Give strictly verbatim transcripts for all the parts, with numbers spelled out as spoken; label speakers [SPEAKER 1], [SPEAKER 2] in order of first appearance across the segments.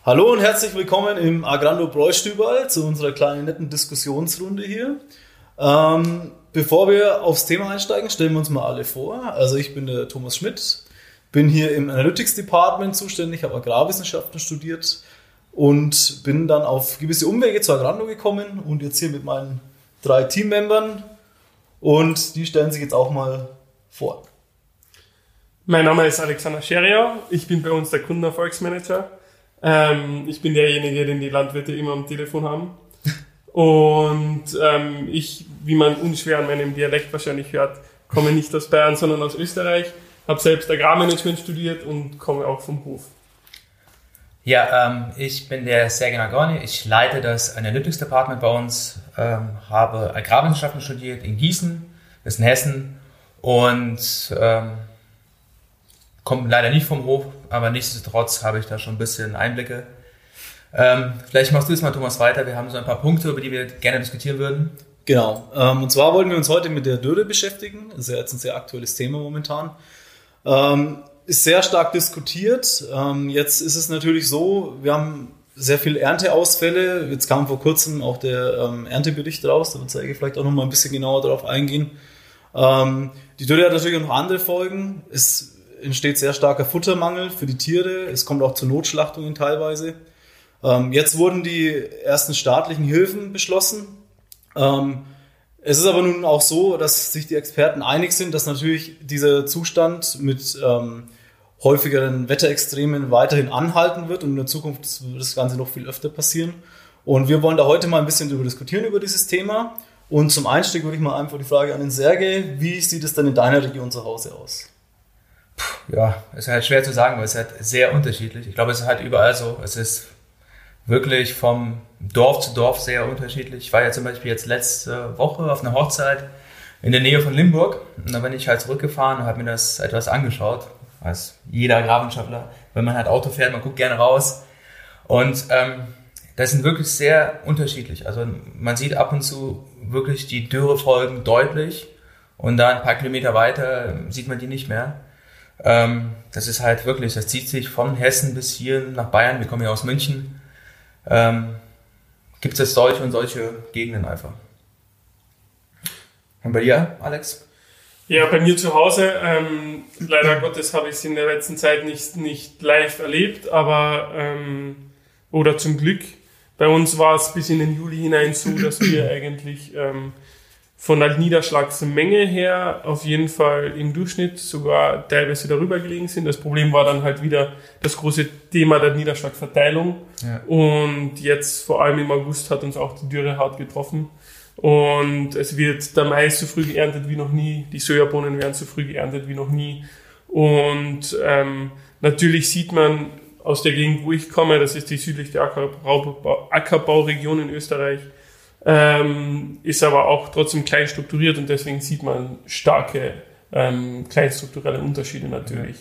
[SPEAKER 1] Hallo und herzlich willkommen im Agrando Bräustüberl zu unserer kleinen netten Diskussionsrunde hier. Ähm, bevor wir aufs Thema einsteigen, stellen wir uns mal alle vor. Also ich bin der Thomas Schmidt, bin hier im Analytics Department zuständig, habe Agrarwissenschaften studiert und bin dann auf gewisse Umwege zu Agrando gekommen und jetzt hier mit meinen drei Teammembern und die stellen sich jetzt auch mal vor.
[SPEAKER 2] Mein Name ist Alexander Scheriau, ich bin bei uns der Kundenerfolgsmanager. Ähm, ich bin derjenige, den die Landwirte immer am Telefon haben. Und ähm, ich, wie man unschwer an meinem Dialekt wahrscheinlich hört, komme nicht aus Bayern, sondern aus Österreich. Habe selbst Agrarmanagement studiert und komme auch vom Hof.
[SPEAKER 3] Ja, ähm, ich bin der Sergen Agorni. Ich leite das Analytics Department bei uns, ähm, habe Agrarwissenschaften studiert in Gießen, das ist in Hessen und ähm, komme leider nicht vom Hof, aber nichtsdestotrotz habe ich da schon ein bisschen Einblicke. Ähm, vielleicht machst du jetzt mal, Thomas, weiter. Wir haben so ein paar Punkte, über die wir gerne diskutieren würden.
[SPEAKER 1] Genau. Ähm, und zwar wollten wir uns heute mit der Dürre beschäftigen. Das ist ja jetzt ein sehr aktuelles Thema momentan. Ähm, ist sehr stark diskutiert. Ähm, jetzt ist es natürlich so, wir haben sehr viele Ernteausfälle. Jetzt kam vor kurzem auch der ähm, Erntebericht raus. Da wird Serge vielleicht auch noch mal ein bisschen genauer darauf eingehen. Ähm, die Dürre hat natürlich auch noch andere Folgen. Es entsteht sehr starker Futtermangel für die Tiere. Es kommt auch zu Notschlachtungen teilweise. Ähm, jetzt wurden die ersten staatlichen Hilfen beschlossen. Ähm, es ist aber nun auch so, dass sich die Experten einig sind, dass natürlich dieser Zustand mit ähm, häufigeren Wetterextremen weiterhin anhalten wird und in der Zukunft wird das Ganze noch viel öfter passieren. Und wir wollen da heute mal ein bisschen darüber diskutieren, über dieses Thema. Und zum Einstieg würde ich mal einfach die Frage an den Serge, wie sieht es denn in deiner Region zu Hause aus?
[SPEAKER 3] Ja, ist halt schwer zu sagen, weil es ist halt sehr unterschiedlich. Ich glaube, es ist halt überall so. Es ist wirklich vom Dorf zu Dorf sehr unterschiedlich. Ich war ja zum Beispiel jetzt letzte Woche auf einer Hochzeit in der Nähe von Limburg. Und da bin ich halt zurückgefahren und habe mir das etwas angeschaut. Als jeder Agrarwissenschaftler, wenn man halt Auto fährt, man guckt gerne raus. Und ähm, das sind wirklich sehr unterschiedlich. Also man sieht ab und zu wirklich die Dürrefolgen deutlich. Und dann ein paar Kilometer weiter sieht man die nicht mehr. Ähm, das ist halt wirklich, das zieht sich von Hessen bis hier nach Bayern. Wir kommen ja aus München. Ähm, gibt es solche und solche Gegenden einfach. Und bei dir, Alex?
[SPEAKER 2] Ja, bei mir zu Hause, ähm, leider Gottes habe ich es in der letzten Zeit nicht, nicht live erlebt, aber, ähm, oder zum Glück, bei uns war es bis in den Juli hinein so, dass wir eigentlich ähm, von der Niederschlagsmenge her auf jeden Fall im Durchschnitt sogar teilweise darüber gelegen sind. Das Problem war dann halt wieder das große Thema der Niederschlagverteilung. Ja. Und jetzt vor allem im August hat uns auch die Dürre hart getroffen. Und es wird der Mais so früh geerntet wie noch nie. Die Sojabohnen werden so früh geerntet wie noch nie. Und ähm, natürlich sieht man aus der Gegend, wo ich komme, das ist die südlichste Ackerbau, Ackerbauregion in Österreich, Ähm, ist aber auch trotzdem klein strukturiert und deswegen sieht man starke ähm, kleinstrukturelle Unterschiede natürlich.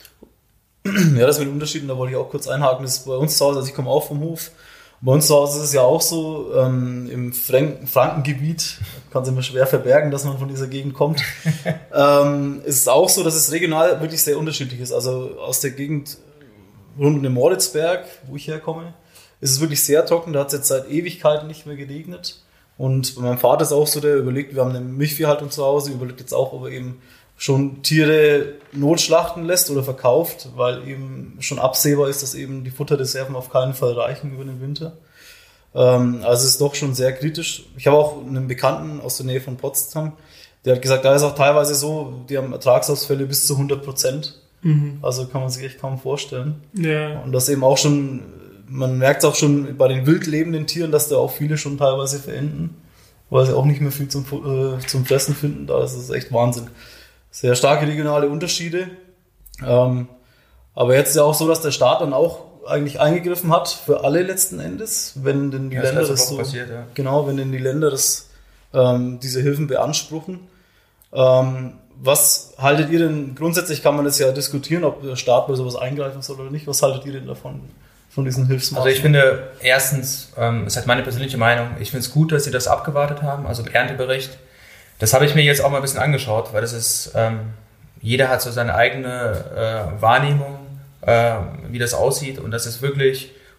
[SPEAKER 1] Ja, das mit den Unterschieden, da wollte ich auch kurz einhaken, das ist bei uns zu Hause, also ich komme auch vom Hof, bei uns zu Hause ist es ja auch so, ähm, im Franken- Frankengebiet, kann es immer schwer verbergen, dass man von dieser Gegend kommt, ähm, ist es auch so, dass es regional wirklich sehr unterschiedlich ist, also aus der Gegend rund um den Moritzberg, wo ich herkomme, ist es wirklich sehr trocken, da hat es jetzt seit Ewigkeiten nicht mehr geregnet. Und bei meinem Vater ist auch so, der überlegt, wir haben eine Milchviehhaltung zu Hause, überlegt jetzt auch, ob er eben schon Tiere notschlachten lässt oder verkauft, weil eben schon absehbar ist, dass eben die Futterreserven auf keinen Fall reichen über den Winter. Ähm, also es ist doch schon sehr kritisch. Ich habe auch einen Bekannten aus der Nähe von Potsdam, der hat gesagt, da ist auch teilweise so, die haben Ertragsausfälle bis zu hundert Prozent. Mhm. Also kann man sich echt kaum vorstellen. Ja. Und das eben auch schon... Man merkt es auch schon bei den wild lebenden Tieren, dass da auch viele schon teilweise verenden, weil sie auch nicht mehr viel zum, äh, zum Fressen finden. Da ist es echt Wahnsinn. Sehr starke regionale Unterschiede. Ähm, aber jetzt ist ja auch so, dass der Staat dann auch eigentlich eingegriffen hat für alle letzten Endes, wenn denn die ja, Länder das, das so passiert, ja. Genau, wenn denn die Länder das ähm, diese Hilfen beanspruchen. Ähm, was haltet ihr denn grundsätzlich? Kann man das ja diskutieren, ob der Staat bei sowas eingreifen soll oder nicht. Was haltet ihr denn davon? Von diesen Hilfsmaßnahmen?
[SPEAKER 3] Also ich finde, erstens, ähm, ist halt meine persönliche Meinung, ich finde es gut, dass sie das abgewartet haben, also Erntebericht. Das habe ich mir jetzt auch mal ein bisschen angeschaut, weil das ist, ähm, jeder hat so seine eigene äh, Wahrnehmung, äh, wie das aussieht und das ist wirklich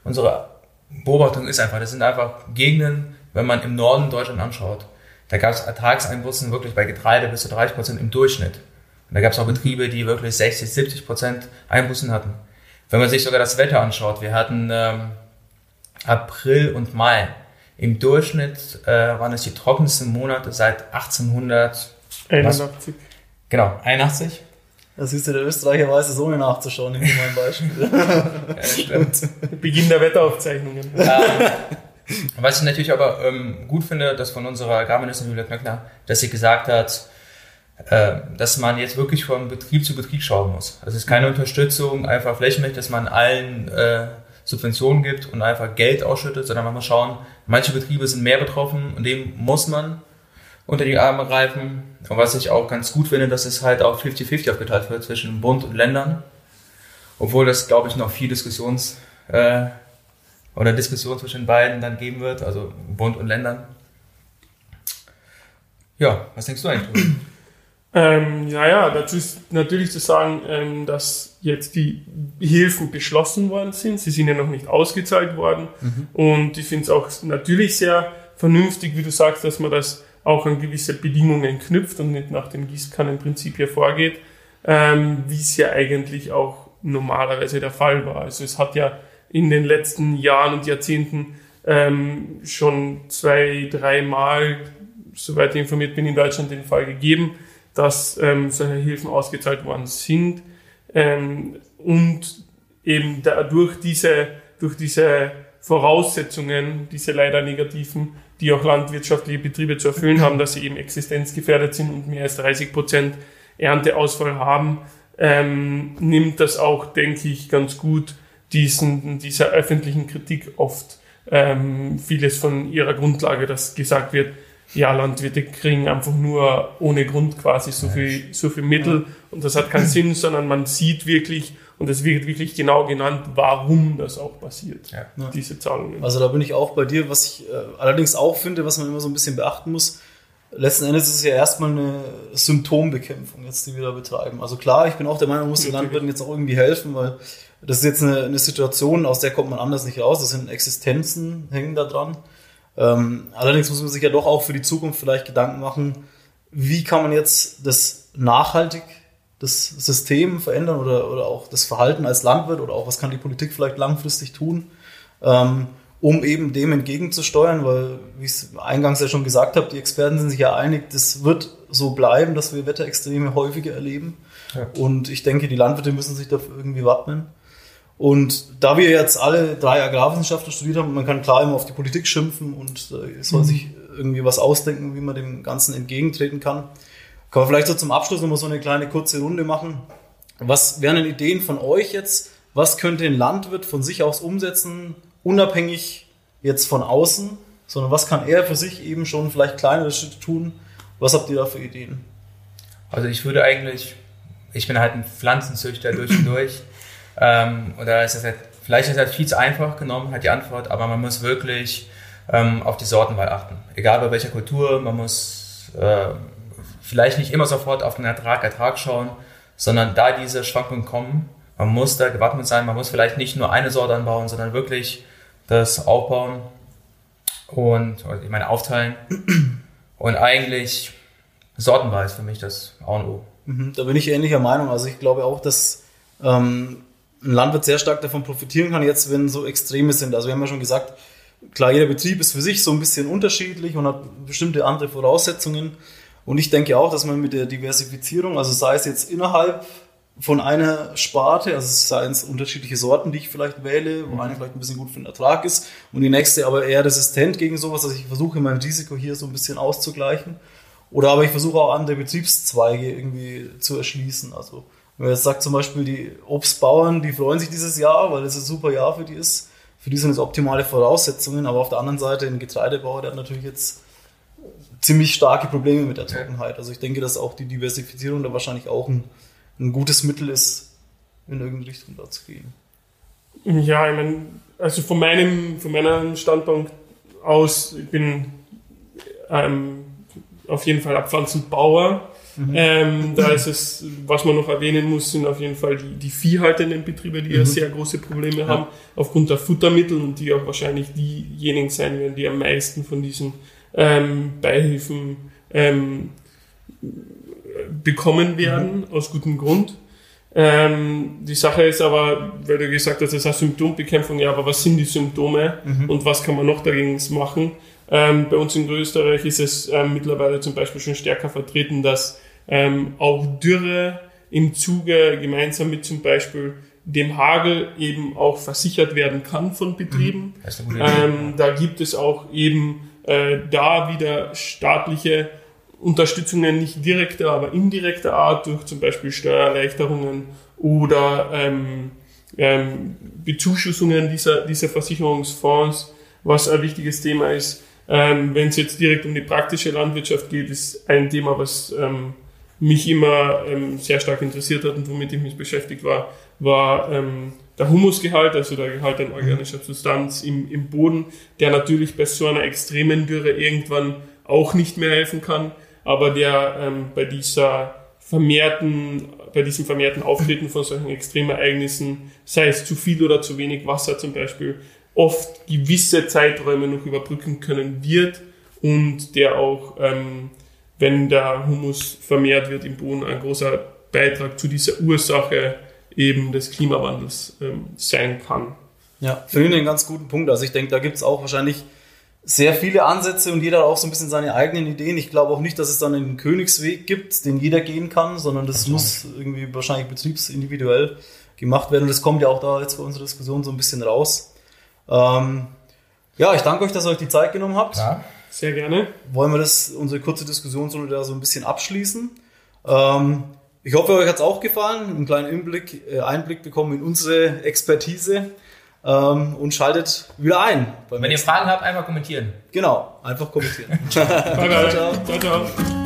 [SPEAKER 3] unsere Beobachtung ist einfach, das sind einfach Gegenden, wenn man im Norden Deutschland anschaut, da gab es Ertragseinbußen wirklich bei Getreide bis zu dreißig Prozent im Durchschnitt. Und da gab es auch Betriebe, die wirklich sechzig, siebzig Prozent Einbußen hatten. Wenn man sich sogar das Wetter anschaut, wir hatten ähm, April und Mai. Im Durchschnitt äh, waren es die trockensten Monate seit achtzehnhunderteinundachtzig. Genau, einundachtzig.
[SPEAKER 1] Da siehst du, der Österreicher weiß es ohne nachzuschauen, in meinem Beispiel.
[SPEAKER 3] Ja, stimmt.
[SPEAKER 2] Beginn der Wetteraufzeichnungen.
[SPEAKER 3] Ähm, was ich natürlich aber ähm, gut finde, dass von unserer Agrarministerin Julia Knöckner, dass sie gesagt hat, äh, dass man jetzt wirklich von Betrieb zu Betrieb schauen muss. Also es ist keine Unterstützung, einfach flächenmäßig, dass man allen äh, Subventionen gibt und einfach Geld ausschüttet, sondern man muss schauen, manche Betriebe sind mehr betroffen und dem muss man unter die Arme greifen. Und was ich auch ganz gut finde, dass es halt auch fünfzig fünfzig aufgeteilt wird zwischen Bund und Ländern. Obwohl das, glaube ich, noch viel Diskussions äh, oder Diskussion zwischen beiden dann geben wird, also Bund und Ländern. Ja, was denkst du eigentlich?
[SPEAKER 2] Ähm, ja, ja, dazu ist natürlich zu sagen, ähm, dass jetzt die Hilfen beschlossen worden sind. Sie sind ja noch nicht ausgezahlt worden. Mhm. Und ich finde es auch natürlich sehr vernünftig, wie du sagst, dass man das auch an gewisse Bedingungen knüpft und nicht nach dem Gießkannenprinzip hier vorgeht, ähm, wie es ja eigentlich auch normalerweise der Fall war. Also es hat ja in den letzten Jahren und Jahrzehnten ähm, schon zwei, dreimal, soweit ich informiert bin, in Deutschland den Fall gegeben, dass ähm, solche Hilfen ausgezahlt worden sind ähm, und eben da, durch diese durch diese Voraussetzungen, diese leider negativen, die auch landwirtschaftliche Betriebe zu erfüllen haben, dass sie eben existenzgefährdet sind und mehr als dreißig Prozent Ernteausfall haben, ähm, nimmt das auch, denke ich, ganz gut diesen dieser öffentlichen Kritik oft ähm, vieles von ihrer Grundlage, dass gesagt wird, ja, Landwirte kriegen einfach nur ohne Grund quasi so viel, so viel Mittel und das hat keinen Sinn, sondern man sieht wirklich und es wird wirklich genau genannt, warum das auch passiert, ja. Diese Zahlungen.
[SPEAKER 1] Also da bin ich auch bei dir, was ich äh, allerdings auch finde, was man immer so ein bisschen beachten muss, letzten Endes ist es ja erstmal eine Symptombekämpfung jetzt, die wir da betreiben. Also klar, ich bin auch der Meinung, man muss den Landwirten jetzt auch irgendwie helfen, weil das ist jetzt eine, eine Situation, aus der kommt man anders nicht raus, das sind Existenzen, hängen da dran. Ähm, allerdings muss man sich ja doch auch für die Zukunft vielleicht Gedanken machen, wie kann man jetzt das nachhaltig, das System verändern oder, oder auch das Verhalten als Landwirt oder auch was kann die Politik vielleicht langfristig tun, ähm, um eben dem entgegenzusteuern, weil, wie ich es eingangs ja schon gesagt habe, die Experten sind sich ja einig, das wird so bleiben, dass wir Wetterextreme häufiger erleben. Ja. Und ich denke, die Landwirte müssen sich dafür irgendwie wappnen. Und da wir jetzt alle drei Agrarwissenschaften studiert haben, man kann klar immer auf die Politik schimpfen und äh, soll mhm. sich irgendwie was ausdenken, wie man dem Ganzen entgegentreten kann. Kann man vielleicht so zum Abschluss nochmal so eine kleine kurze Runde machen. Was wären denn Ideen von euch jetzt? Was könnte ein Landwirt von sich aus umsetzen, unabhängig jetzt von außen, sondern was kann er für sich eben schon vielleicht kleinere Schritte tun? Was habt ihr da für Ideen?
[SPEAKER 3] Also ich würde eigentlich, ich bin halt ein Pflanzenzüchter durch und durch. Ähm, oder ist das halt, vielleicht ist das halt viel zu einfach genommen, halt die Antwort, aber man muss wirklich ähm, auf die Sortenwahl achten. Egal bei welcher Kultur, man muss äh, vielleicht nicht immer sofort auf den Ertrag, Ertrag schauen, sondern da diese Schwankungen kommen, man muss da gewappnet sein, man muss vielleicht nicht nur eine Sorte anbauen, sondern wirklich das aufbauen und, ich meine, aufteilen. Und eigentlich Sortenwahl ist für mich das A und O.
[SPEAKER 1] Mhm, da bin ich ähnlicher Meinung. Also ich glaube auch, dass ähm, ein Landwirt sehr stark davon profitieren kann, jetzt wenn so Extreme sind. Also wir haben ja schon gesagt, klar, jeder Betrieb ist für sich so ein bisschen unterschiedlich und hat bestimmte andere Voraussetzungen. Und ich denke auch, dass man mit der Diversifizierung, also sei es jetzt innerhalb von einer Sparte, also seien es unterschiedliche Sorten, die ich vielleicht wähle, wo eine vielleicht ein bisschen gut für den Ertrag ist und die nächste aber eher resistent gegen sowas, also ich versuche mein Risiko hier so ein bisschen auszugleichen. Oder aber ich versuche auch andere Betriebszweige irgendwie zu erschließen. Also wenn man jetzt sagt zum Beispiel die Obstbauern, die freuen sich dieses Jahr, weil es ein super Jahr für die ist. Für die sind es optimale Voraussetzungen, aber auf der anderen Seite ein Getreidebauer, der hat natürlich jetzt ziemlich starke Probleme mit der Trockenheit. Also ich denke, dass auch die Diversifizierung da wahrscheinlich auch ein, ein gutes Mittel ist, in irgendeine Richtung da zu gehen.
[SPEAKER 2] Ja, ich meine, also von meinem, von meinem Standpunkt aus, ich bin ähm, auf jeden Fall Abpflanzenbauer. Mhm. Ähm, da ist es, was man noch erwähnen muss, sind auf jeden Fall die, die viehhaltenden Betriebe, die mhm. ja sehr große Probleme ja. haben, aufgrund der Futtermittel und die auch wahrscheinlich diejenigen sein werden, die am meisten von diesen ähm, Beihilfen ähm, bekommen werden, mhm. aus gutem Grund. Ähm, die Sache ist aber, weil du gesagt hast, das ist eine Symptombekämpfung, ja, aber was sind die Symptome mhm. und was kann man noch dagegen machen? Ähm, bei uns in Österreich ist es ähm, mittlerweile zum Beispiel schon stärker vertreten, dass ähm, auch Dürre im Zuge gemeinsam mit zum Beispiel dem Hagel eben auch versichert werden kann von Betrieben. Mhm. Ähm, da gibt es auch eben äh, da wieder staatliche Unterstützungen, nicht direkter, aber indirekter Art, durch zum Beispiel Steuererleichterungen oder ähm, ähm, Bezuschussungen dieser, dieser Versicherungsfonds, was ein wichtiges Thema ist. Ähm, wenn es jetzt direkt um die praktische Landwirtschaft geht, ist ein Thema, was ähm, mich immer ähm, sehr stark interessiert hat und womit ich mich beschäftigt war, war ähm, der Humusgehalt, also der Gehalt an organischer Substanz im, im Boden, der natürlich bei so einer extremen Dürre irgendwann auch nicht mehr helfen kann, aber der ähm, bei dieser vermehrten, bei diesem vermehrten Auftreten von solchen Extremereignissen, sei es zu viel oder zu wenig Wasser zum Beispiel, oft gewisse Zeiträume noch überbrücken können wird und der auch, ähm, wenn der Humus vermehrt wird im Boden, ein großer Beitrag zu dieser Ursache eben des Klimawandels ähm, sein kann.
[SPEAKER 1] Ja, finde ich einen ganz guten Punkt. Also ich denke, da gibt es auch wahrscheinlich sehr viele Ansätze und jeder hat auch so ein bisschen seine eigenen Ideen. Ich glaube auch nicht, dass es dann einen Königsweg gibt, den jeder gehen kann, sondern das also. muss irgendwie wahrscheinlich betriebsindividuell gemacht werden und das kommt ja auch da jetzt bei unserer Diskussion so ein bisschen raus. Ähm, ja, ich danke euch, dass ihr euch die Zeit genommen habt.
[SPEAKER 2] Ja, sehr gerne.
[SPEAKER 1] Wollen wir das, unsere kurze Diskussionsrunde da so ein bisschen abschließen. Ähm, ich hoffe, euch hat es auch gefallen. Einen kleinen Einblick, äh, Einblick bekommen in unsere Expertise ähm, und schaltet wieder ein.
[SPEAKER 3] Wenn ihr Fragen habt, einfach kommentieren.
[SPEAKER 1] Genau, einfach kommentieren.
[SPEAKER 2] Bye, bye. Ciao, ciao.